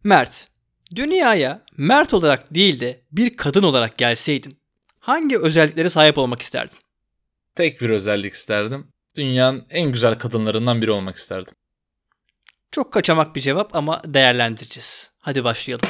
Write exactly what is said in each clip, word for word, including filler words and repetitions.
Mert, dünyaya Mert olarak değil de bir kadın olarak gelseydin hangi özelliklere sahip olmak isterdin? Tek bir özellik isterdim. Dünyanın en güzel kadınlarından biri olmak isterdim. Çok kaçamak bir cevap ama değerlendireceğiz. Hadi başlayalım.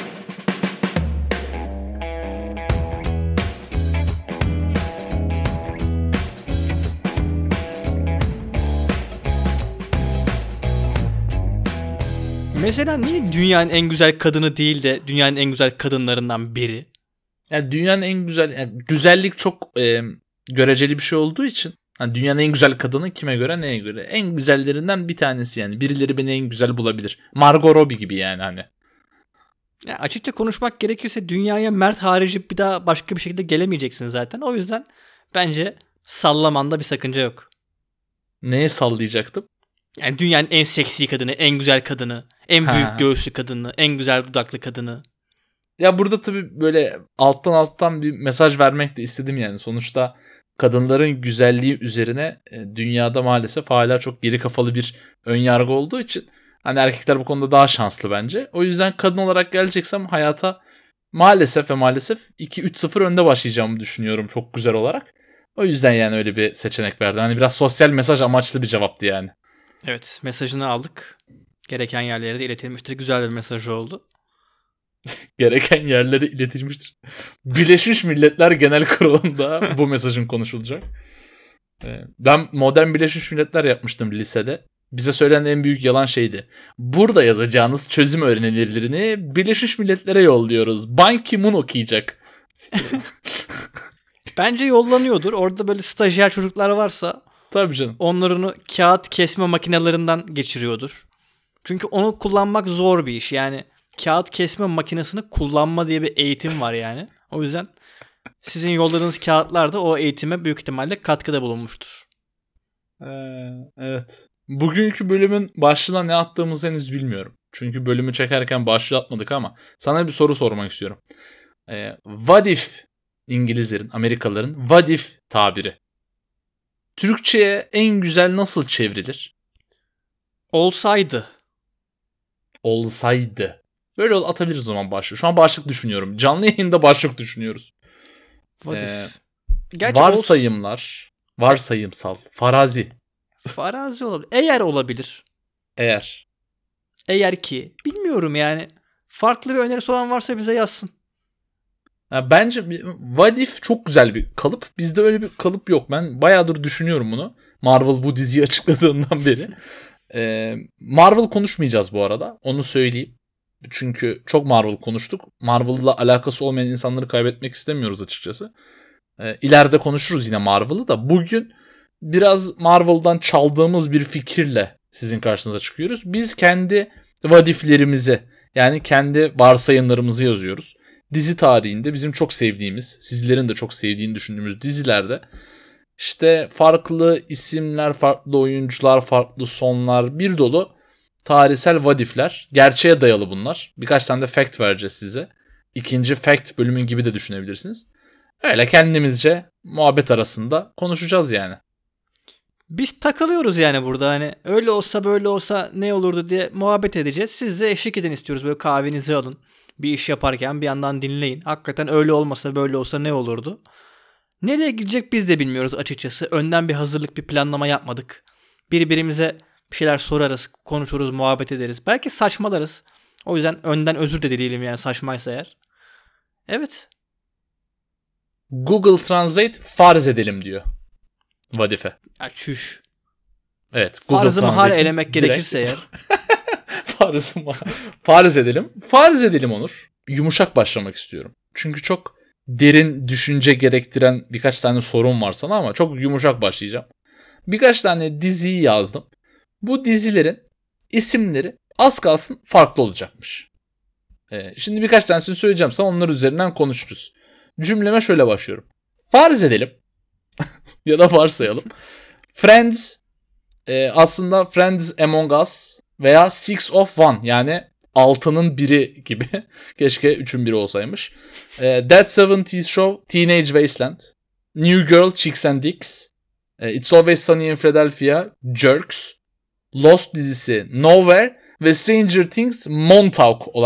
Mesela niye dünyanın en güzel kadını değil de dünyanın en güzel kadınlarından biri? Yani dünyanın en güzel, yani güzellik çok e, göreceli bir şey olduğu için hani dünyanın en güzel kadını kime göre neye göre? En güzellerinden bir tanesi yani. Birileri beni en güzel bulabilir. Margot Robbie gibi yani hani. Ya açıkça konuşmak gerekirse dünyaya Mert harici bir daha başka bir şekilde gelemeyeceksin zaten. O yüzden bence sallamanda bir sakınca yok. Neye sallayacaktım? Yani dünyanın en seksi kadını, en güzel kadını, en büyük Ha. göğüslü kadını, en güzel dudaklı kadını. Ya burada tabii böyle alttan alttan bir mesaj vermek de istedim yani. Sonuçta kadınların güzelliği üzerine e, dünyada maalesef hala çok geri kafalı bir ön yargı olduğu için hani erkekler bu konuda daha şanslı bence. O yüzden kadın olarak geleceksem hayata maalesef ve maalesef iki üç sıfır önde başlayacağımı düşünüyorum çok güzel olarak. O yüzden yani öyle bir seçenek verdi. Hani biraz sosyal mesaj amaçlı bir cevaptı yani. Evet, mesajını aldık. Gereken yerlere de iletilmiştir. Güzel bir mesaj oldu. Gereken yerlere iletilmiştir. Birleşmiş Milletler Genel Kurulu'nda bu mesajın konuşulacak. Ben modern Birleşmiş Milletler yapmıştım lisede. Bize söylenen en büyük yalan şeydi. Burada yazacağınız çözüm önerilerini Birleşmiş Milletler'e yolluyoruz. Ban Ki-moon okuyacak. Bence yollanıyordur. Orada böyle stajyer çocuklar varsa Tabii canım. onlarını kağıt kesme makinelerinden geçiriyordur. Çünkü onu kullanmak zor bir iş. Yani kağıt kesme makinesini kullanma diye bir eğitim var yani. O yüzden sizin yolladığınız kağıtlar da o eğitime büyük ihtimalle katkıda bulunmuştur. Ee, evet. Bugünkü bölümün başlığına ne attığımızı henüz bilmiyorum. Çünkü bölümü çekerken başlığı atmadık ama sana bir soru sormak istiyorum. Ee, what if İngilizlerin, Amerikalıların what if tabiri. Türkçe'ye en güzel nasıl çevrilir? Olsaydı. Olsaydı. Böyle atabiliriz o zaman başlığı. Şu an başlık düşünüyorum. Canlı yayında başlık düşünüyoruz. What Ee, if? Gerçi varsayımlar. Varsayımsal. Farazi. Farazi olabilir. Eğer olabilir. Eğer. Eğer ki. Bilmiyorum yani. Farklı bir önerisi olan varsa bize yazsın. Ya bence what if çok güzel bir kalıp. Bizde öyle bir kalıp yok. Ben bayağıdır düşünüyorum bunu. Marvel bu diziyi açıkladığından beri. Ee, Marvel konuşmayacağız bu arada. Onu söyleyeyim. Çünkü çok Marvel konuştuk. Marvel'la alakası olmayan insanları kaybetmek istemiyoruz açıkçası. Ee, ileride konuşuruz yine Marvel'ı da. Bugün biraz Marvel'dan çaldığımız bir fikirle sizin karşınıza çıkıyoruz. Biz kendi what if'lerimizi yani kendi varsayımlarımızı yazıyoruz. Dizi tarihinde bizim çok sevdiğimiz, sizlerin de çok sevdiğini düşündüğümüz dizilerde işte farklı isimler, farklı oyuncular, farklı sonlar, bir dolu tarihsel what if'ler. Gerçeğe dayalı bunlar. Birkaç tane de fact vereceğiz size. İkinci fact bölümün gibi de düşünebilirsiniz. Öyle kendimizce muhabbet arasında konuşacağız yani. Biz takılıyoruz yani burada hani öyle olsa böyle olsa ne olurdu diye muhabbet edeceğiz. Siz de eşlik edin istiyoruz, böyle kahvenizi alın. Bir iş yaparken bir yandan dinleyin. Hakikaten öyle olmasa böyle olsa ne olurdu? Nereye gidecek biz de bilmiyoruz açıkçası. Önden bir hazırlık, bir planlama yapmadık. Birbirimize bir şeyler sorarız, konuşuruz, muhabbet ederiz. Belki saçmalarız. O yüzden önden özür de dileyelim yani saçmaysa eğer. Evet. Google Translate farz edelim diyor. What if'e. Ya çüş. Evet. Google Farzı mahal Translate'in elemek direkt... gerekirse eğer. Farz, farz edelim. Farz edelim Onur. Yumuşak başlamak istiyorum. Çünkü çok derin düşünce gerektiren birkaç tane sorun var sana ama çok yumuşak başlayacağım. Birkaç tane diziyi yazdım. Bu dizilerin isimleri az kalsın farklı olacakmış. Ee, şimdi birkaç tanesini söyleyeceğim sana, onlar üzerinden konuşuruz. Cümleme şöyle başlıyorum. Farz edelim ya da varsayalım. Friends e, aslında Friends Among Us veya Six of One yani altının biri gibi. Keşke üçün biri olsaymış. E, That seventies Show, Teenage Wasteland, New Girl, Chicks and Dicks, e, It's Always Sunny in Philadelphia, Jerks, Lost dizisi Nowhere ve Stranger Things Montauk olarak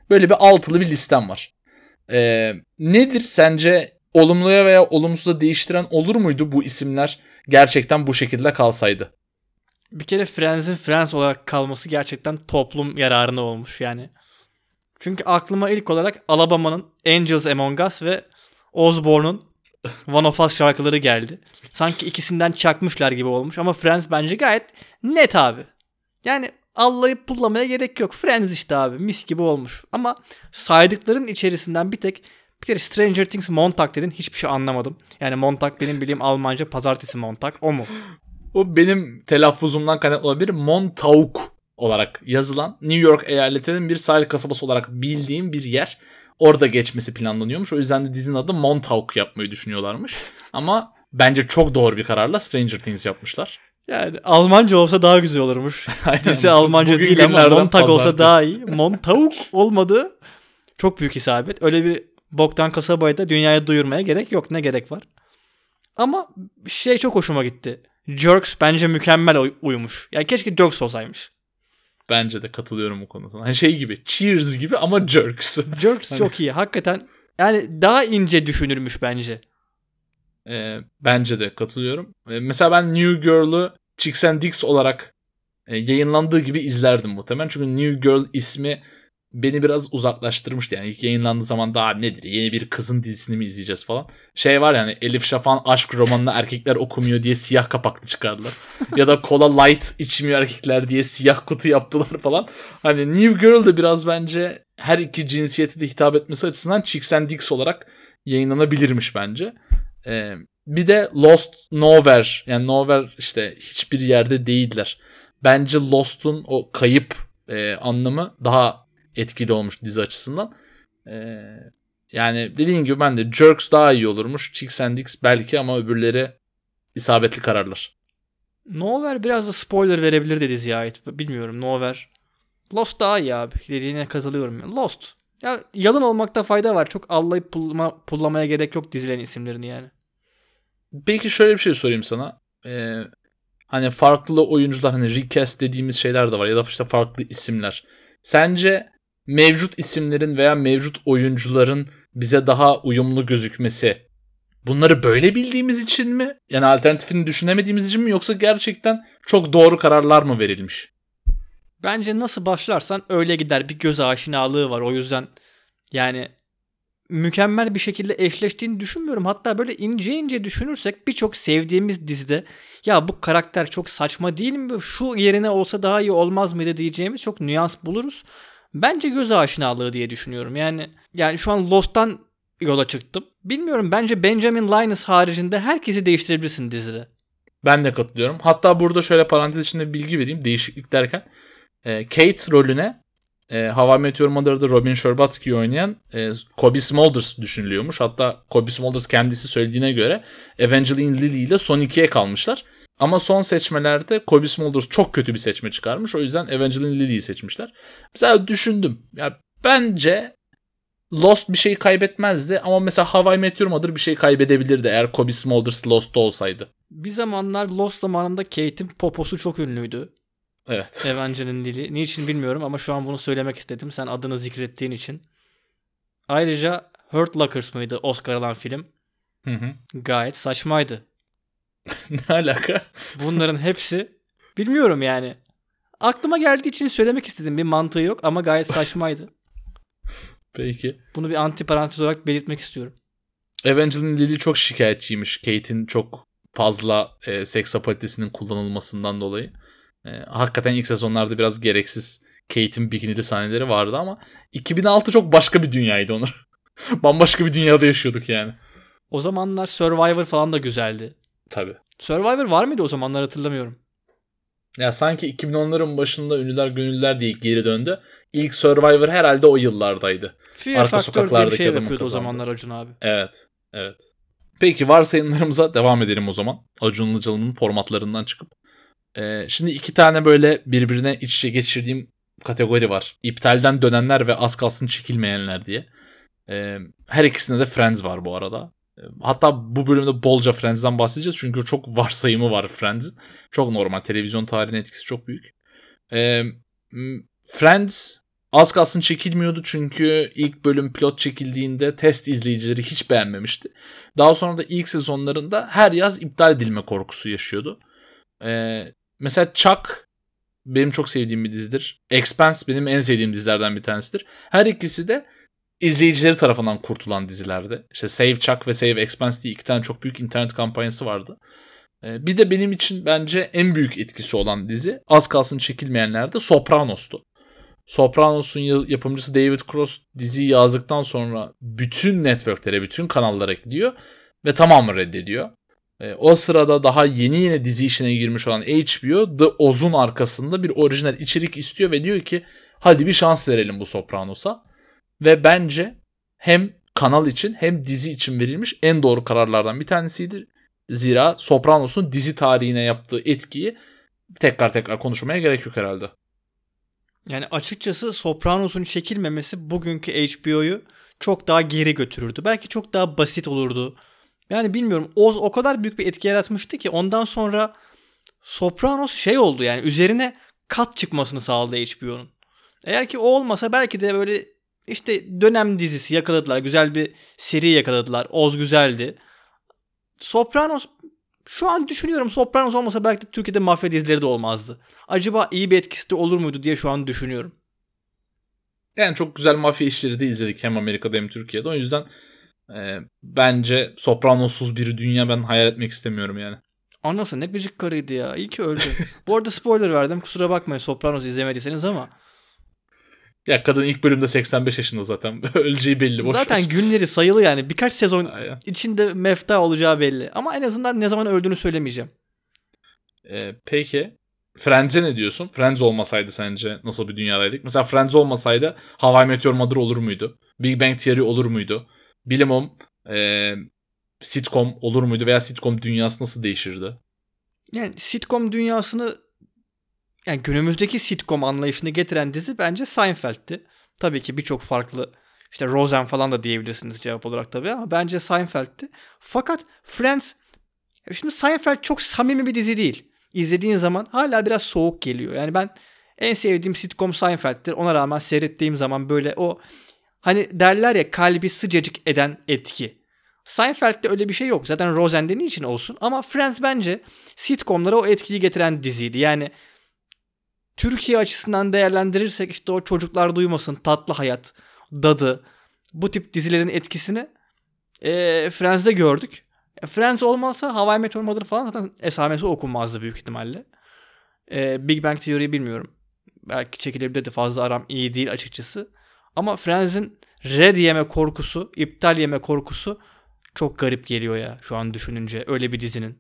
Böyle bir altılı bir listem var. Ee, nedir sence, olumluya veya olumsuza değiştiren olur muydu bu isimler gerçekten bu şekilde kalsaydı? Bir kere Friends'in Friends olarak kalması gerçekten toplum yararına olmuş yani. Çünkü aklıma ilk olarak Alabama'nın Angels Among Us ve Osborne'un One of Us şarkıları geldi. Sanki ikisinden çakmışlar gibi olmuş ama Friends bence gayet net abi. Yani allayıp pullamaya gerek yok. Friends işte abi, mis gibi olmuş. Ama saydıkların içerisinden bir tek bir kere Stranger Things Montag dedin, hiçbir şey anlamadım. Yani Montag benim bildiğim Almanca pazartesi Montag, o mu? O benim telaffuzumdan kaynaklı olabilir. Montauk olarak yazılan, New York eyaletinin bir sahil kasabası olarak bildiğim bir yer. Orada geçmesi planlanıyormuş. O yüzden de dizinin adı Montauk yapmayı düşünüyorlarmış. Ama bence çok doğru bir kararla Stranger Things yapmışlar. Yani Almanca olsa daha güzel olurmuş. Dizi Almanca Bugün değil ama Montag pazartesi olsa daha iyi. Montauk olmadı. Çok büyük isabet. Öyle bir boktan kasabayı da dünyaya duyurmaya gerek yok. Ne gerek var? Ama şey çok hoşuma gitti. Jerks bence mükemmel uy- uyumuş. Yani keşke Jerks olsaymış. Bence de katılıyorum bu konuda. Hani şey gibi, Cheers gibi ama Jerks. Jerks Hani- çok iyi. Hakikaten yani daha ince düşünülmüş bence. E, bence de katılıyorum. E, mesela ben New Girl'ü Chicks and Dicks olarak e, yayınlandığı gibi izlerdim muhtemelen. Çünkü New Girl ismi beni biraz uzaklaştırmıştı. Yani ilk yayınlandığı zaman daha nedir? Yeni bir kızın dizisini mi izleyeceğiz falan. Şey var yani, Elif Şafak'ın aşk romanını erkekler okumuyor diye siyah kapaklı çıkardılar. Ya da Cola Light içmiyor erkekler diye siyah kutu yaptılar falan. Hani New Girl de biraz bence her iki cinsiyete de hitap etmesi açısından Chicks and Dicks olarak yayınlanabilirmiş bence. Ee, bir de Lost Nowhere, yani Nowhere işte hiçbir yerde değiller. Bence Lost'un o kayıp e, anlamı daha etkili olmuş dizi açısından. Ee, yani dediğim gibi ben de Jerks daha iyi olurmuş. Chicks and Dicks belki ama öbürleri isabetli kararlar. Nowhere biraz da spoiler verebilir de diziye ait. Bilmiyorum, Nowhere. Lost daha iyi abi. Dediğine katılıyorum. Lost. Ya yalın olmakta fayda var. Çok allayıp pullama, pullamaya gerek yok dizilerin isimlerini yani. Peki şöyle bir şey sorayım sana. Ee, hani farklı oyuncular, hani recast dediğimiz şeyler de var ya da işte farklı isimler. Sence mevcut isimlerin veya mevcut oyuncuların bize daha uyumlu gözükmesi, bunları böyle bildiğimiz için mi? Yani alternatifini düşünemediğimiz için mi? Yoksa gerçekten çok doğru kararlar mı verilmiş? Bence nasıl başlarsan öyle gider. Bir göz aşinalığı var. O yüzden yani mükemmel bir şekilde eşleştiğini düşünmüyorum. Hatta böyle ince ince düşünürsek birçok sevdiğimiz dizide ya bu karakter çok saçma değil mi? Şu yerine olsa daha iyi olmaz mıydı diyeceğimiz çok nüans buluruz. Bence göz aşinalığı diye düşünüyorum. Yani yani şu an Lost'tan yola çıktım. Bilmiyorum, bence Benjamin Linus haricinde herkesi değiştirebilirsin dizide. Ben de katılıyorum. Hatta burada şöyle parantez içinde bir bilgi vereyim. Değişiklik derken. E, Kate rolüne e, How I Met Your Mother'da Robin Scherbatsky'yi oynayan e, Cobie Smulders düşünülüyormuş. Hatta Cobie Smulders kendisi söylediğine göre Evangeline Lilly ile son ikiye kalmışlar. Ama son seçmelerde Cobie Smulders çok kötü bir seçme çıkarmış. O yüzden Evangeline Lilly'yi seçmişler. Mesela düşündüm. Ya bence Lost bir şey kaybetmezdi ama mesela How I Met Your Mother bir şey kaybedebilirdi eğer Cobie Smulders Lost'ta olsaydı. Bir zamanlar Lost zamanında Kate'in poposu çok ünlüydü. Evet. Evangeline Lilly. Niçin bilmiyorum ama şu an bunu söylemek istedim. Sen adını zikrettiğin için. Ayrıca Hurt Lockers mıydı Oscar alan film? Hı hı. Gayet saçmaydı. Ne alaka? Bunların hepsi bilmiyorum yani. Aklıma geldiği için söylemek istedim. Bir mantığı yok ama gayet saçmaydı. Peki. Bunu bir antiparantez olarak belirtmek istiyorum. Evangeline Lilly çok şikayetçiymiş Kate'in çok fazla e, seks apalitesinin kullanılmasından dolayı. E, hakikaten ilk sezonlarda biraz gereksiz Kate'in bikinili sahneleri vardı ama iki bin altı çok başka bir dünyaydı Onur. Bambaşka bir dünyada yaşıyorduk yani. O zamanlar Survivor falan da güzeldi. Tabii. Survivor var mıydı o zamanlar, hatırlamıyorum. Ya sanki iki bin onların başında Ünlüler Gönüllüler diye geri döndü. İlk Survivor herhalde o yıllardaydı. Fear Arka Factor diye bir sokaklardaki şey adamın yapıyordu o kazandı. zamanlar Acun abi. Evet. Evet. Peki varsayımlarımıza devam edelim o zaman. Acun Ilıcalı'nın formatlarından çıkıp. Ee, şimdi iki tane böyle birbirine iç içe geçirdiğim kategori var. İptalden dönenler ve az kalsın çekilmeyenler diye. Ee, her ikisinde de Friends var bu arada. Ee, hatta bu bölümde bolca Friends'den bahsedeceğiz. Çünkü çok varsayımı var Friends'in. Çok normal. Televizyon tarihine etkisi çok büyük. Ee, Friends Az kalsın çekilmiyordu çünkü ilk bölüm pilot çekildiğinde test izleyicileri hiç beğenmemişti. Daha sonra da ilk sezonlarında her yaz iptal edilme korkusu yaşıyordu. Ee, mesela Chuck benim çok sevdiğim bir dizidir. Expanse benim en sevdiğim dizilerden bir tanesidir. Her ikisi de izleyicileri tarafından kurtulan dizilerdi. İşte Save Chuck ve Save Expanse diye iki tane çok büyük internet kampanyası vardı. Ee, bir de benim için bence en büyük etkisi olan dizi az kalsın çekilmeyenlerde Sopranos'tu. Sopranos'un yapımcısı David Cross diziyi yazdıktan sonra bütün networklere, bütün kanallara gidiyor ve tamamı reddediyor. E, o sırada daha yeni yeni dizi işine girmiş olan H B O The Oz'un arkasında bir orijinal içerik istiyor ve diyor ki hadi bir şans verelim bu Sopranos'a. Ve bence hem kanal için hem dizi için verilmiş en doğru kararlardan bir tanesiydi. Zira Sopranos'un dizi tarihine yaptığı etkiyi tekrar tekrar konuşmaya gerek yok herhalde. Yani açıkçası Sopranos'un çekilmemesi bugünkü H B O'yu çok daha geri götürürdü. Belki çok daha basit olurdu. Yani bilmiyorum. Oz o kadar büyük bir etki yaratmıştı ki ondan sonra Sopranos şey oldu yani üzerine kat çıkmasını sağladı H B O'nun. Eğer ki o olmasa belki de böyle işte dönem dizisi yakaladılar. Güzel bir seri yakaladılar. Oz güzeldi. Sopranos şu an düşünüyorum Sopranos olmasa belki de Türkiye'de mafya dizileri de olmazdı. Acaba iyi bir etkisi de olur muydu diye şu an düşünüyorum. Yani çok güzel mafya işleri de izledik hem Amerika'da hem Türkiye'de. O yüzden e, bence Sopranos'suz bir dünya ben hayal etmek istemiyorum yani. Anası ne gıcık karıydı ya. İyi ki öldü. Bu arada spoiler verdim. Kusura bakmayın Sopranos izlemediyseniz ama. Ya kadın ilk bölümde seksen beş yaşında zaten. Öleceği belli. Boş zaten olsun. Günleri sayılı yani. Birkaç sezon Aynen. içinde mefta olacağı belli. Ama en azından ne zaman öldüğünü söylemeyeceğim. Ee, peki. Friends'e ne diyorsun? Friends olmasaydı sence nasıl bir dünyadaydık? Mesela Friends olmasaydı How I Met Your Mother olur muydu? Big Bang Theory olur muydu? Bilimum e, sitcom olur muydu? Veya sitcom dünyası nasıl değişirdi? Yani sitcom dünyasını yani günümüzdeki sitcom anlayışını getiren dizi bence Seinfeld'ti. Tabii ki birçok farklı işte Roseanne falan da diyebilirsiniz cevap olarak tabii ama bence Seinfeld'ti. Fakat Friends şimdi Seinfeld çok samimi bir dizi değil. İzlediğin zaman hala biraz soğuk geliyor. Yani ben en sevdiğim sitcom Seinfeld'tir. Ona rağmen seyrettiğim zaman böyle o hani derler ya kalbi sıcacık eden etki. Seinfeld'de öyle bir şey yok. Zaten Roseanne'de niçin olsun? Ama Friends bence sitcomlara o etkiyi getiren diziydi. Yani Türkiye açısından değerlendirirsek işte o çocuklar duymasın, tatlı hayat, dadı bu tip dizilerin etkisini e, Friends'de gördük. E, Friends olmazsa How I Met Your Mother falan zaten esamesi okunmazdı büyük ihtimalle. E, Big Bang Theory'yi bilmiyorum. Belki çekilebilirdi, fazla aram iyi değil açıkçası. Ama Friends'in red yeme korkusu, iptal yeme korkusu çok garip geliyor ya şu an düşününce öyle bir dizinin.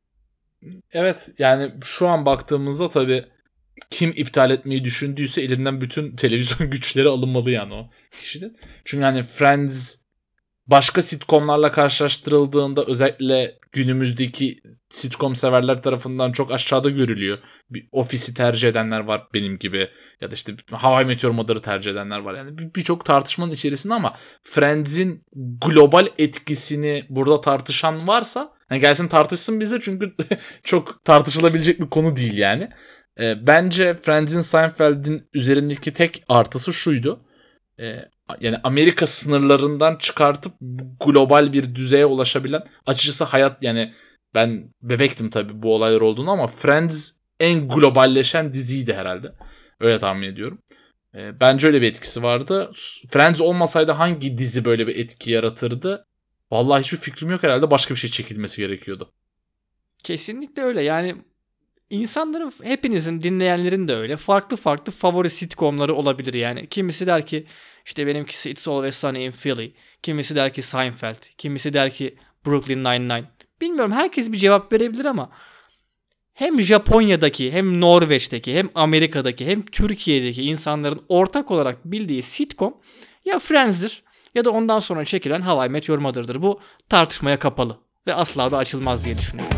Evet yani şu an baktığımızda tabii kim iptal etmeyi düşündüyse elinden bütün televizyon güçleri alınmalı yani o kişinin. Çünkü hani Friends başka sitcomlarla karşılaştırıldığında özellikle günümüzdeki sitcom severler tarafından çok aşağıda görülüyor. Bir Office'i tercih edenler var benim gibi ya da işte How I Met Your Mother'ı tercih edenler var. Yani birçok tartışmanın içerisinde ama Friends'in global etkisini burada tartışan varsa hani gelsin tartışsın bize çünkü çok tartışılabilecek bir konu değil yani. E, bence Friends'in Seinfeld'in üzerindeki tek artısı şuydu. E, yani Amerika sınırlarından çıkartıp global bir düzeye ulaşabilen açıkçası hayat yani ben bebektim tabii bu olaylar olduğunu ama Friends en globalleşen diziydi herhalde. Öyle tahmin ediyorum. E, bence öyle bir etkisi vardı. Friends olmasaydı hangi dizi böyle bir etki yaratırdı? Vallahi hiçbir fikrim yok herhalde başka bir şey çekilmesi gerekiyordu. Kesinlikle öyle yani İnsanların hepinizin dinleyenlerin de öyle farklı farklı favori sitcomları olabilir yani. Kimisi der ki işte benimkisi It's Always Sunny in Philly. Kimisi der ki Seinfeld. Kimisi der ki Brooklyn Nine-Nine. Bilmiyorum herkes bir cevap verebilir ama hem Japonya'daki hem Norveç'teki hem Amerika'daki hem Türkiye'deki insanların ortak olarak bildiği sitcom ya Friends'dir ya da ondan sonra çekilen How I Met Your Mother'dır. Bu tartışmaya kapalı ve asla da açılmaz diye düşünüyorum.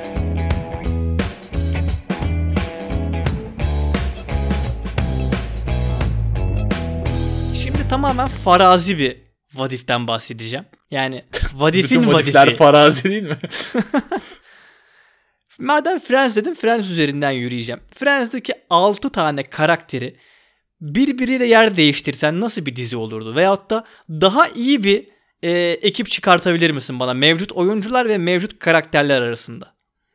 Tamamen farazi bir vadiften bahsedeceğim. Yani vadifin Bütün vadifi. vadifler farazi değil mi? Madem Friends dedim Friends üzerinden yürüyeceğim. Friends'deki altı tane karakteri birbiriyle yer değiştirsen nasıl bir dizi olurdu? Veyahut da daha iyi bir e, ekip çıkartabilir misin bana mevcut oyuncular ve mevcut karakterler arasında?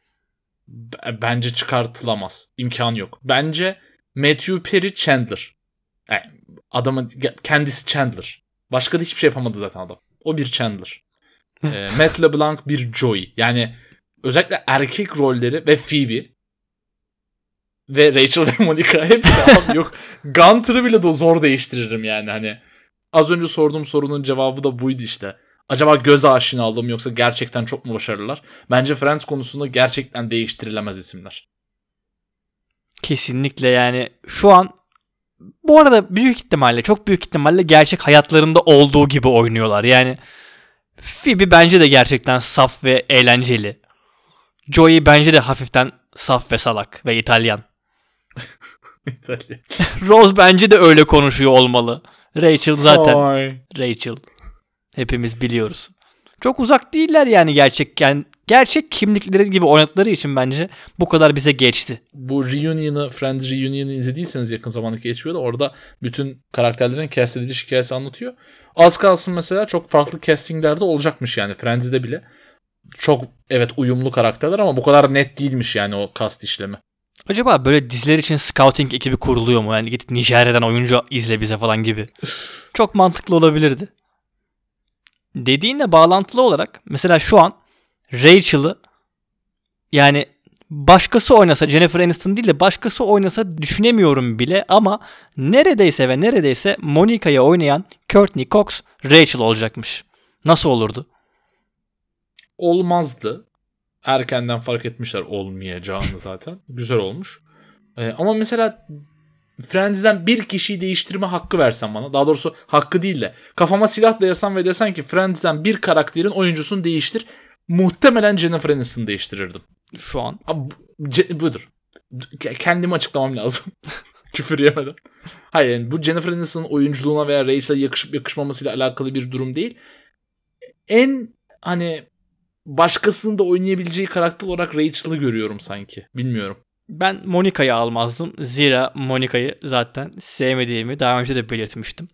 Bence çıkartılamaz. İmkan yok. Bence Matthew Perry Chandler. Yani adamın kendisi Chandler. Başka da hiçbir şey yapamadı zaten adam. O bir Chandler. e, Matt LeBlanc bir Joey. Yani özellikle erkek rolleri ve Phoebe ve Rachel ve Monica hepsi abi yok. Gunter'ı bile de zor değiştiririm yani hani. Az önce sorduğum sorunun cevabı da buydu işte. Acaba göz aşinalığım yoksa gerçekten çok mu başarılılar? Bence Friends konusunda gerçekten değiştirilemez isimler. Kesinlikle yani şu an bu arada büyük ihtimalle çok büyük ihtimalle gerçek hayatlarında olduğu gibi oynuyorlar. Yani Phoebe bence de gerçekten saf ve eğlenceli. Joey bence de hafiften saf ve salak ve İtalyan. İtalyan. Rose bence de öyle konuşuyor olmalı. Rachel zaten. Ay. Rachel. Hepimiz biliyoruz. Çok uzak değiller yani gerçekken. Gerçek kimlikleri gibi oynadıkları için bence bu kadar bize geçti. Bu Reunion'ı, Friends Reunion'ı izlediyseniz yakın zamandaki H B O'da orada bütün karakterlerin cast ediliş hikayesi anlatıyor. Az kalsın mesela çok farklı castinglerde olacakmış yani Friends'de bile. Çok evet uyumlu karakterler ama bu kadar net değilmiş yani o cast işlemi. Acaba böyle diziler için scouting ekibi kuruluyor mu? Yani git Nijerya'dan oyuncu izle bize falan gibi. Çok mantıklı olabilirdi. Dediğinle bağlantılı olarak mesela şu an Rachel'ı yani başkası oynasa Jennifer Aniston değil de başkası oynasa düşünemiyorum bile ama neredeyse ve neredeyse Monica'yı oynayan Courtney Cox Rachel olacakmış. Nasıl olurdu? Olmazdı. Erkenden fark etmişler olmayacağını zaten. Güzel olmuş. Ee, ama mesela Friends'den bir kişiyi değiştirme hakkı versen bana. Daha doğrusu hakkı değil de kafama silah dayasan ve desen ki Friends'den bir karakterin oyuncusunu değiştir. Muhtemelen Jennifer Aniston'ı değiştirirdim. Şu an. Abi, ce- budur. Kendimi açıklamam lazım. Küfür yemeden. Hayır yani bu Jennifer Aniston'ın oyunculuğuna veya Rachel'a yakışıp yakışmamasıyla alakalı bir durum değil. En hani başkasının da oynayabileceği karakter olarak Rachel'ı görüyorum sanki. Bilmiyorum. Ben Monica'yı almazdım. Zira Monica'yı zaten sevmediğimi daha önce de belirtmiştim.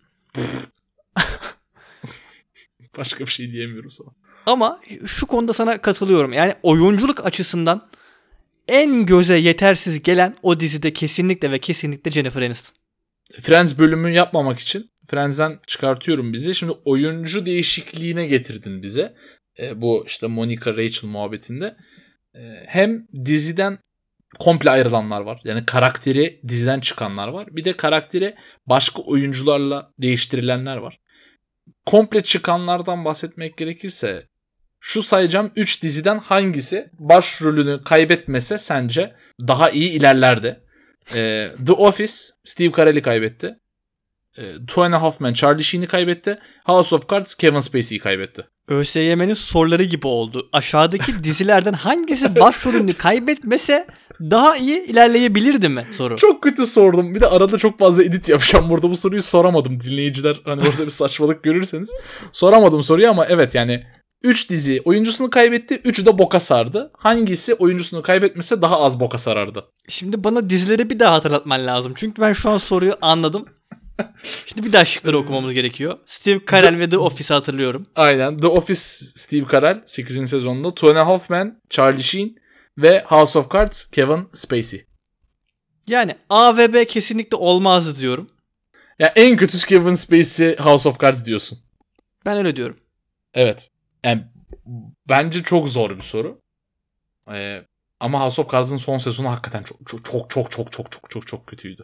Başka bir şey diyemiyorum sana. Ama şu konuda sana katılıyorum. Yani oyunculuk açısından en göze yetersiz gelen o dizide kesinlikle ve kesinlikle Jennifer Aniston. Friends bölümü yapmamak için Friends'den çıkartıyorum bizi. Şimdi oyuncu değişikliğine getirdin bize. E, bu işte Monica Rachel muhabbetinde. E, hem diziden komple ayrılanlar var. Yani karakteri diziden çıkanlar var. Bir de karakteri başka oyuncularla değiştirilenler var. Komple çıkanlardan bahsetmek gerekirse şu sayacağım üç diziden hangisi başrolünü kaybetmese sence daha iyi ilerlerdi? Ee, The Office Steve Carell'i kaybetti. Ee, Two and a Half Men Charlie Sheen'i kaybetti. House of Cards Kevin Spacey'i kaybetti. ÖSYM'nin soruları gibi oldu. Aşağıdaki dizilerden hangisi başrolünü kaybetmese daha iyi ilerleyebilirdi mi soru? Çok kötü sordum. Bir de arada çok fazla edit yapacağım. Burada bu soruyu soramadım. Dinleyiciler hani orada bir saçmalık görürseniz. Soramadım soruyu ama evet yani üç dizi oyuncusunu kaybetti. üçü de boka sardı. Hangisi oyuncusunu kaybetmese daha az boka sarardı? Şimdi bana dizileri bir daha hatırlatman lazım. Çünkü ben şu an soruyu anladım. Şimdi bir daha şıkları okumamız gerekiyor. Steve Carell The... ve The Office'i hatırlıyorum. Aynen. The Office Steve Carell sekizinci sezonda. Two and a Half Men Charlie Sheen ve House of Cards Kevin Spacey. Yani A ve B kesinlikle olmazdı diyorum. Ya en kötüsü Kevin Spacey House of Cards diyorsun. Ben öyle diyorum. Evet. Yani bence çok zor bir soru. Ee, ama House of Cards'ın son sezonu hakikaten çok çok çok çok çok çok çok çok çok kötüydü.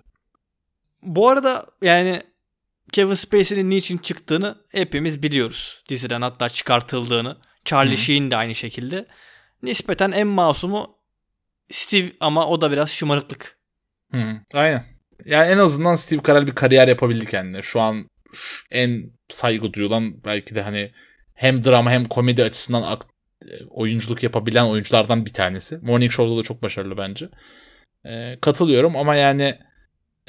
Bu arada yani Kevin Spacey'nin niçin çıktığını hepimiz biliyoruz. Diziden hatta çıkartıldığını. Charlie Sheen de aynı şekilde. Nispeten en masumu Steve ama o da biraz şımarıklık. Hı, aynen. Yani en azından Steve Carell bir kariyer yapabildi kendine. Şu an en saygı duyulan belki de hani hem drama hem komedi açısından oyunculuk yapabilen oyunculardan bir tanesi. Morning Show'da da çok başarılı bence. Ee, katılıyorum ama yani e,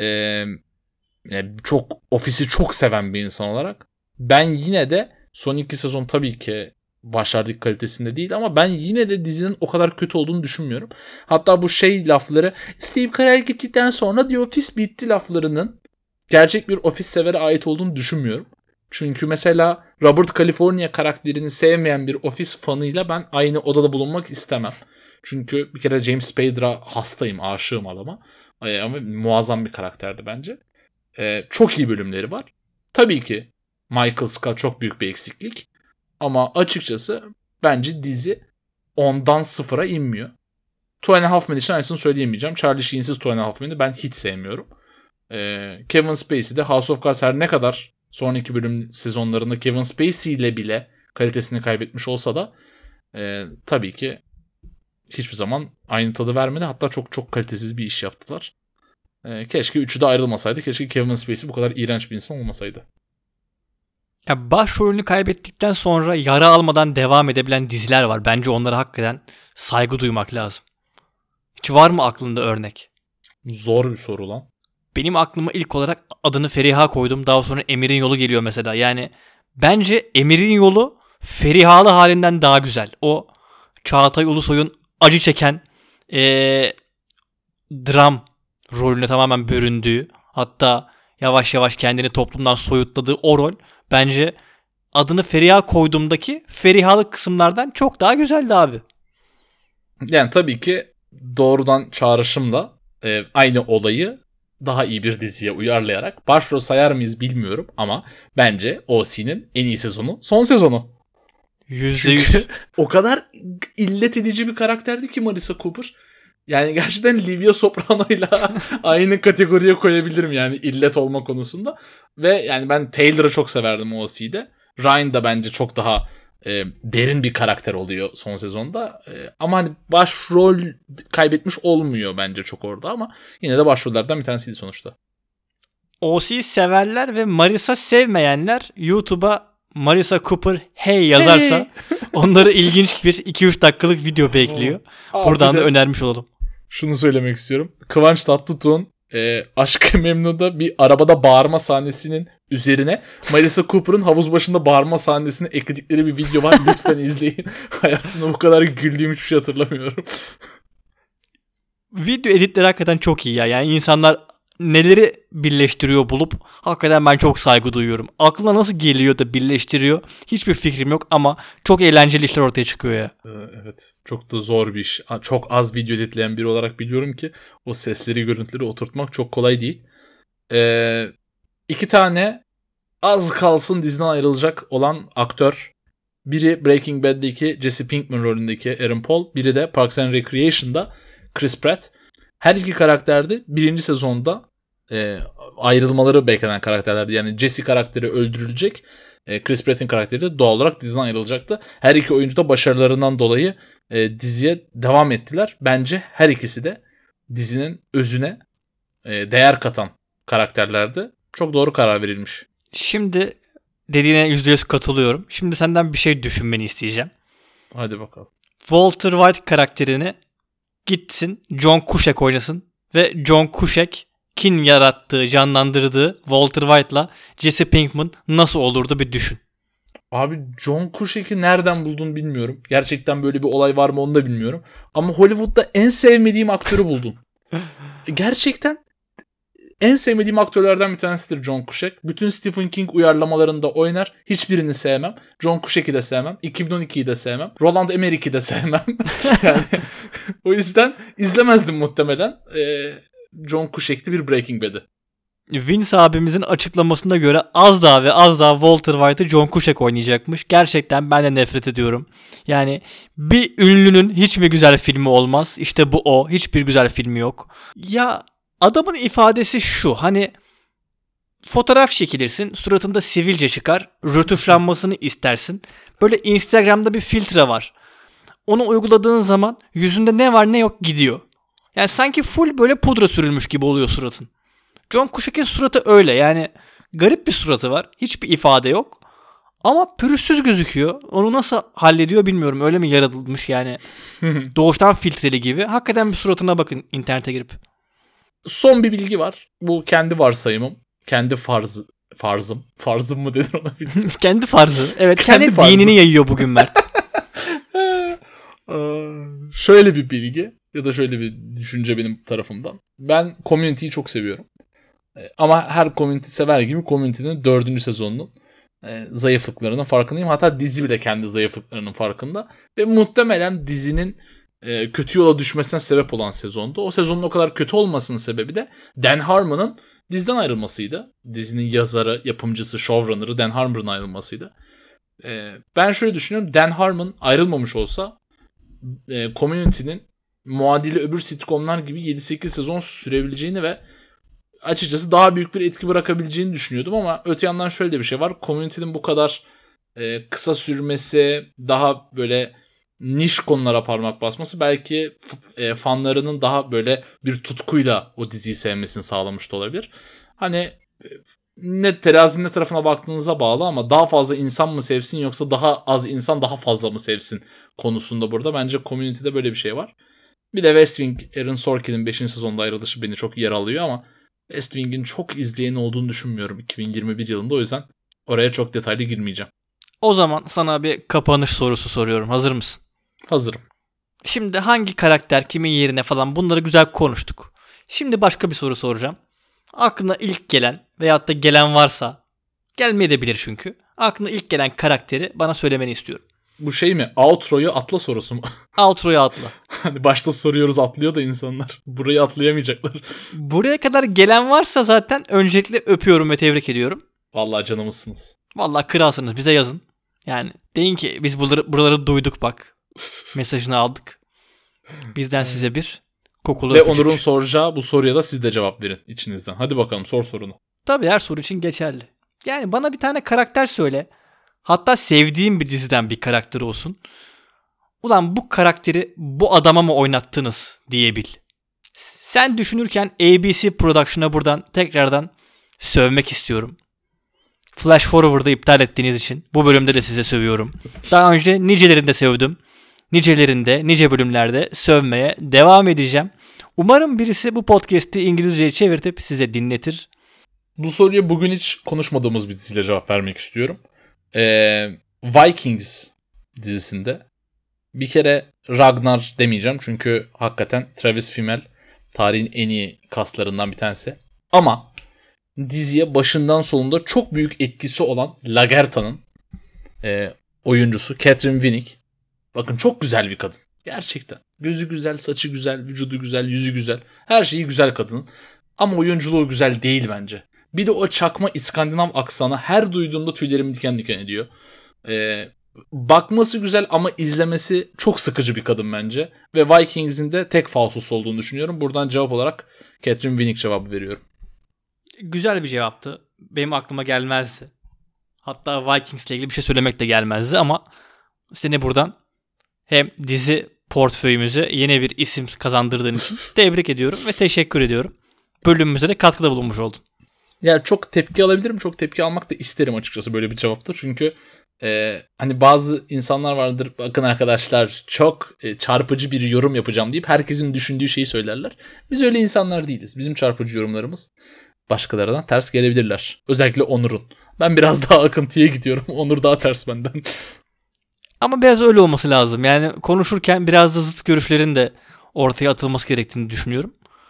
yani çok ofisi çok seven bir insan olarak ben yine de son iki sezon tabii ki başlardaki kalitesinde değil ama ben yine de dizinin o kadar kötü olduğunu düşünmüyorum. Hatta bu şey lafları Steve Carell gittikten sonra The Office bitti laflarının gerçek bir ofis severe ait olduğunu düşünmüyorum. Çünkü mesela Robert California karakterini sevmeyen bir ofis fanıyla ben aynı odada bulunmak istemem. Çünkü bir kere James Spader'a hastayım, aşığım adama. Ama muazzam bir karakterdi bence. Ee, çok iyi bölümleri var. Tabii ki Michael Scott çok büyük bir eksiklik. Ama açıkçası bence dizi ondan sıfıra inmiyor. Two and a Half Men için aynısını söyleyemeyeceğim. Charlie Sheen'siz Two and a Half Men'i ben hiç sevmiyorum. Ee, Kevin Spacey de House of Cards her ne kadar sonraki bölüm sezonlarında Kevin Spacey ile bile kalitesini kaybetmiş olsa da e, tabii ki hiçbir zaman aynı tadı vermedi. Hatta çok çok kalitesiz bir iş yaptılar. E, keşke üçü de ayrılmasaydı. Keşke Kevin Spacey bu kadar iğrenç bir insan olmasaydı. Ya başrolünü kaybettikten sonra yara almadan devam edebilen diziler var. Bence onlara hakikaten saygı duymak lazım. Hiç var mı aklında örnek? Zor bir soru lan. Benim aklıma ilk olarak adını Feriha koydum. Daha sonra Emir'in Yolu geliyor mesela. Yani bence Emir'in Yolu Feriha'lı halinden daha güzel. O Çağatay Ulusoy'un acı çeken ee, dram rolüne tamamen büründüğü, hatta yavaş yavaş kendini toplumdan soyutladığı o rol bence adını Feriha koyduğumdaki Ferihalı kısımlardan çok daha güzeldi abi. Yani tabii ki doğrudan çağrışımla e, aynı olayı daha iyi bir diziye uyarlayarak başrol sayar mıyız bilmiyorum ama bence O C'nin en iyi sezonu son sezonu. yüzde yüz. Çünkü o kadar illet edici bir karakterdi ki Marissa Cooper. Yani gerçekten Livia Soprano'yla aynı kategoriye koyabilirim yani illet olma konusunda. Ve yani ben Taylor'ı çok severdim O C'de. Ryan da bence çok daha e, derin bir karakter oluyor son sezonda. E, ama hani başrol kaybetmiş olmuyor bence çok orada ama yine de başrollerden bir tanesiydi sonuçta. O C'yi severler ve Marissa sevmeyenler YouTube'a Marissa Cooper hey yazarsa hey. onları ilginç bir iki üç dakikalık video bekliyor. Aa, buradan da önermiş olalım. Şunu söylemek istiyorum. Kıvanç Tatlıtuğ'un e, Aşk-ı Memnu'da bir arabada bağırma sahnesinin üzerine Marissa Cooper'ın havuz başında bağırma sahnesini ekledikleri bir video var. Lütfen izleyin. Hayatımda bu kadar güldüğüm hiçbir şey hatırlamıyorum. Video editleri hakikaten çok iyi ya. Yani insanlar neleri birleştiriyor bulup hakikaten ben çok saygı duyuyorum. Aklına nasıl geliyor da birleştiriyor hiçbir fikrim yok ama çok eğlenceli işler ortaya çıkıyor ya. Evet, çok da zor bir iş. Çok az video editleyen biri olarak biliyorum ki o sesleri, görüntüleri oturtmak çok kolay değil. Ee, iki tane az kalsın diziden ayrılacak olan aktör. Biri Breaking Bad'deki Jesse Pinkman rolündeki Aaron Paul, biri de Parks and Recreation'da Chris Pratt. Her iki karakter de birinci sezonda e, ayrılmaları beklenen karakterlerdi. Yani Jesse karakteri öldürülecek. E, Chris Pratt'in karakteri de doğal olarak diziden ayrılacaktı. Her iki oyuncu da başarılarından dolayı e, diziye devam ettiler. Bence her ikisi de dizinin özüne e, değer katan karakterlerdi. Çok doğru karar verilmiş. Şimdi dediğine yüzde yüz katılıyorum. Şimdi senden bir şey düşünmeni isteyeceğim. Hadi bakalım. Walter White karakterini gitsin John Cusack oynasın ve John Cusack'in yarattığı, canlandırdığı Walter White'la Jesse Pinkman nasıl olurdu bir düşün. Abi John Cusack'i nereden buldun bilmiyorum. Gerçekten böyle bir olay var mı onu da bilmiyorum. Ama Hollywood'da en sevmediğim aktörü buldun. Gerçekten en sevmediğim aktörlerden bir tanesidir John Cusack. Bütün Stephen King uyarlamalarında oynar. Hiçbirini sevmem. John Cusack'i de sevmem. iki bin on ikiyi de sevmem. Roland Emmerich'i de sevmem. Yani o yüzden izlemezdim muhtemelen. Ee, John Cusack'ti bir Breaking Bad'i. Vince abimizin açıklamasına göre az daha ve az daha Walter White'ı John Cusack oynayacakmış. Gerçekten ben de nefret ediyorum. Yani bir ünlünün hiç mi güzel filmi olmaz? İşte bu o. Hiçbir güzel filmi yok. Ya adamın ifadesi şu. Hani fotoğraf çekilirsin. Suratında sivilce çıkar. Rötuşlanmasını istersin. Böyle Instagram'da bir filtre var. Onu uyguladığın zaman yüzünde ne var ne yok gidiyor. Yani sanki full böyle pudra sürülmüş gibi oluyor suratın. John Cusack'in suratı öyle. Yani garip bir suratı var. Hiçbir ifade yok. Ama pürüzsüz gözüküyor. Onu nasıl hallediyor bilmiyorum. Öyle mi yaratılmış yani. Doğuştan filtreli gibi. Hakikaten bir suratına bakın internete girip. Son bir bilgi var. Bu kendi varsayımım. Kendi farzı, farzım. Farzım mı denir ona bilmiyorum. Kendi farzı. Evet kendi, kendi farzı. Dinini yayıyor bugün Mert. Şöyle bir bilgi ya da şöyle bir düşünce benim tarafımdan. Ben Community'yi çok seviyorum. Ama her community sever gibi Community'nin dördüncü sezonunun e, zayıflıklarının farkındayım. Hatta dizi bile kendi zayıflıklarının farkında. Ve muhtemelen dizinin e, kötü yola düşmesine sebep olan sezondu. O sezonun o kadar kötü olmasının sebebi de Dan Harmon'ın diziden ayrılmasıydı. Dizinin yazarı, yapımcısı, showrunner'ı Dan Harmon'ın ayrılmasıydı. E, ben şöyle düşünüyorum. Dan Harmon ayrılmamış olsa e, Community'nin muadili öbür sitcomlar gibi yedi sekiz sezon sürebileceğini ve açıkçası daha büyük bir etki bırakabileceğini düşünüyordum ama öte yandan şöyle de bir şey var. Community'nin bu kadar e, kısa sürmesi, daha böyle niş konulara parmak basması belki f- e, fanlarının daha böyle bir tutkuyla o diziyi sevmesini sağlamış da olabilir. Hani e, ne terazinin ne tarafına baktığınıza bağlı ama daha fazla insan mı sevsin yoksa daha az insan daha fazla mı sevsin konusunda burada bence Community'de böyle bir şey var. Bir de West Wing, Aaron Sorkin'in beşinci sezonda ayrılışı beni çok yer alıyor ama West Wing'in çok izleyeni olduğunu düşünmüyorum iki bin yirmi bir yılında. O yüzden oraya çok detaylı girmeyeceğim. O zaman sana bir kapanış sorusu soruyorum. Hazır mısın? Hazırım. Şimdi hangi karakter kimin yerine falan bunları güzel konuştuk. Şimdi başka bir soru soracağım. Aklına ilk gelen veyahut da gelen varsa, gelmeyebilir çünkü. Aklına ilk gelen karakteri bana söylemeni istiyorum. Bu şey mi? Outro'yu atla sorusu mu? Outro'yu atla. Hani başta soruyoruz atlıyor da insanlar. Burayı atlayamayacaklar. Buraya kadar gelen varsa zaten öncelikle öpüyorum ve tebrik ediyorum. Vallahi canımızsınız. Vallahi kralsınız, bize yazın. Yani deyin ki biz buraları, buraları duyduk bak. Mesajını aldık. Bizden size bir kokulu Ve öpücük. Onur'un soracağı bu soruya da siz de cevap verin içinizden. Hadi bakalım sor sorunu. Tabii her soru için geçerli. Yani bana bir tane karakter söyle. Hatta sevdiğim bir diziden bir karakter olsun. Ulan bu karakteri bu adama mı oynattınız diye bil. Sen düşünürken A B C Production'a buradan tekrardan sövmek istiyorum. Flash Forward'ı iptal ettiğiniz için bu bölümde de size sövüyorum. Daha önce nicelerinde sövdüm. Nicelerinde, nice bölümlerde sövmeye devam edeceğim. Umarım birisi bu podcast'i İngilizceye çevirtip size dinletir. Bu soruya bugün hiç konuşmadığımız bir diziyle cevap vermek istiyorum. Ee, Vikings dizisinde bir kere Ragnar demeyeceğim çünkü hakikaten Travis Fimmel tarihin en iyi kaslarından bir tanesi. Ama diziye başından sonunda çok büyük etkisi olan Lagertha'nın e, oyuncusu Catherine Winnick. Bakın çok güzel bir kadın. Gerçekten. Gözü güzel, saçı güzel, vücudu güzel, yüzü güzel. Her şeyi güzel kadının. Ama oyunculuğu güzel değil bence. Bir de o çakma İskandinav aksanı her duyduğumda tüylerimi diken diken ediyor. Ee, bakması güzel ama izlemesi çok sıkıcı bir kadın bence. Ve Vikings'in de tek falsosu olduğunu düşünüyorum. Buradan cevap olarak Catherine Winnick cevabı veriyorum. Güzel bir cevaptı. Benim aklıma gelmezdi. Hatta Vikings'le ilgili bir şey söylemek de gelmezdi ama seni buradan hem dizi portföyümüze yeni bir isim kazandırdığın için tebrik ediyorum ve teşekkür ediyorum. Bölümümüze de katkıda bulunmuş oldun. Yani çok tepki alabilirim. Çok tepki almak da isterim açıkçası böyle bir cevapta. Çünkü e, hani bazı insanlar vardır. Bakın arkadaşlar çok e, çarpıcı bir yorum yapacağım deyip herkesin düşündüğü şeyi söylerler. Biz öyle insanlar değiliz. Bizim çarpıcı yorumlarımız başkalarına ters gelebilirler. Özellikle Onur'un. Ben biraz daha akıntıya gidiyorum. Onur daha ters benden. Ama biraz öyle olması lazım. Yani konuşurken biraz da zıt görüşlerin de ortaya atılması gerektiğini düşünüyorum.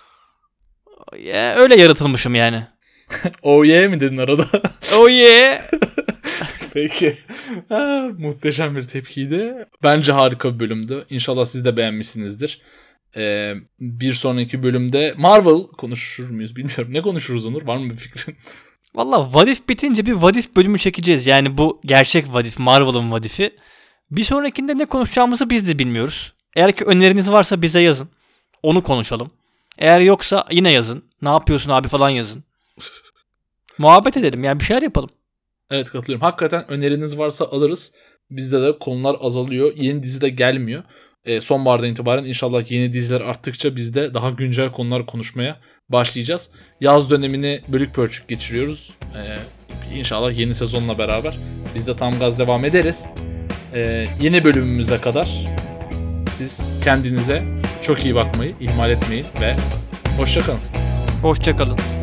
Ya, öyle yaratılmışım yani. Oh yeah mi dedin arada? Oh yeah. Peki. Ha, muhteşem bir tepkiydi. Bence harika bir bölümdü. İnşallah siz de beğenmişsinizdir. Ee, bir sonraki bölümde Marvel konuşur muyuz bilmiyorum. Ne konuşuruz Onur? Var mı bir fikrin? Valla What If bitince bir What If bölümü çekeceğiz. Yani bu gerçek What If, Marvel'ın What If'i. Bir sonrakinde ne konuşacağımızı biz de bilmiyoruz. Eğer ki öneriniz varsa bize yazın. Onu konuşalım. Eğer yoksa yine yazın. Ne yapıyorsun abi falan yazın. Muhabbet edelim yani bir şeyler yapalım. Evet katılıyorum. Hakikaten öneriniz varsa alırız. Bizde de konular azalıyor. Yeni dizi de gelmiyor. E, sonbahardan itibaren inşallah yeni diziler arttıkça biz de daha güncel konular konuşmaya başlayacağız. Yaz dönemini bölük pörçük geçiriyoruz. E, inşallah yeni sezonla beraber biz de tam gaz devam ederiz. E, yeni bölümümüze kadar siz kendinize çok iyi bakmayı ihmal etmeyin ve hoşça kalın. Hoşça kalın.